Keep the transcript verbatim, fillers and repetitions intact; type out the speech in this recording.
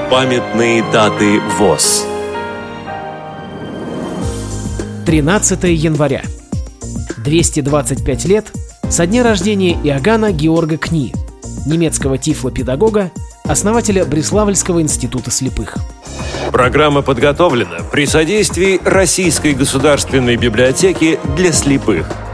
Памятные даты ВОС. тринадцатое января. двести двадцать пять лет со дня рождения Иоганна Георга Кни, немецкого тифлопедагога, основателя Бреславльского института слепых. Программа подготовлена при содействии Российской государственной библиотеки для слепых.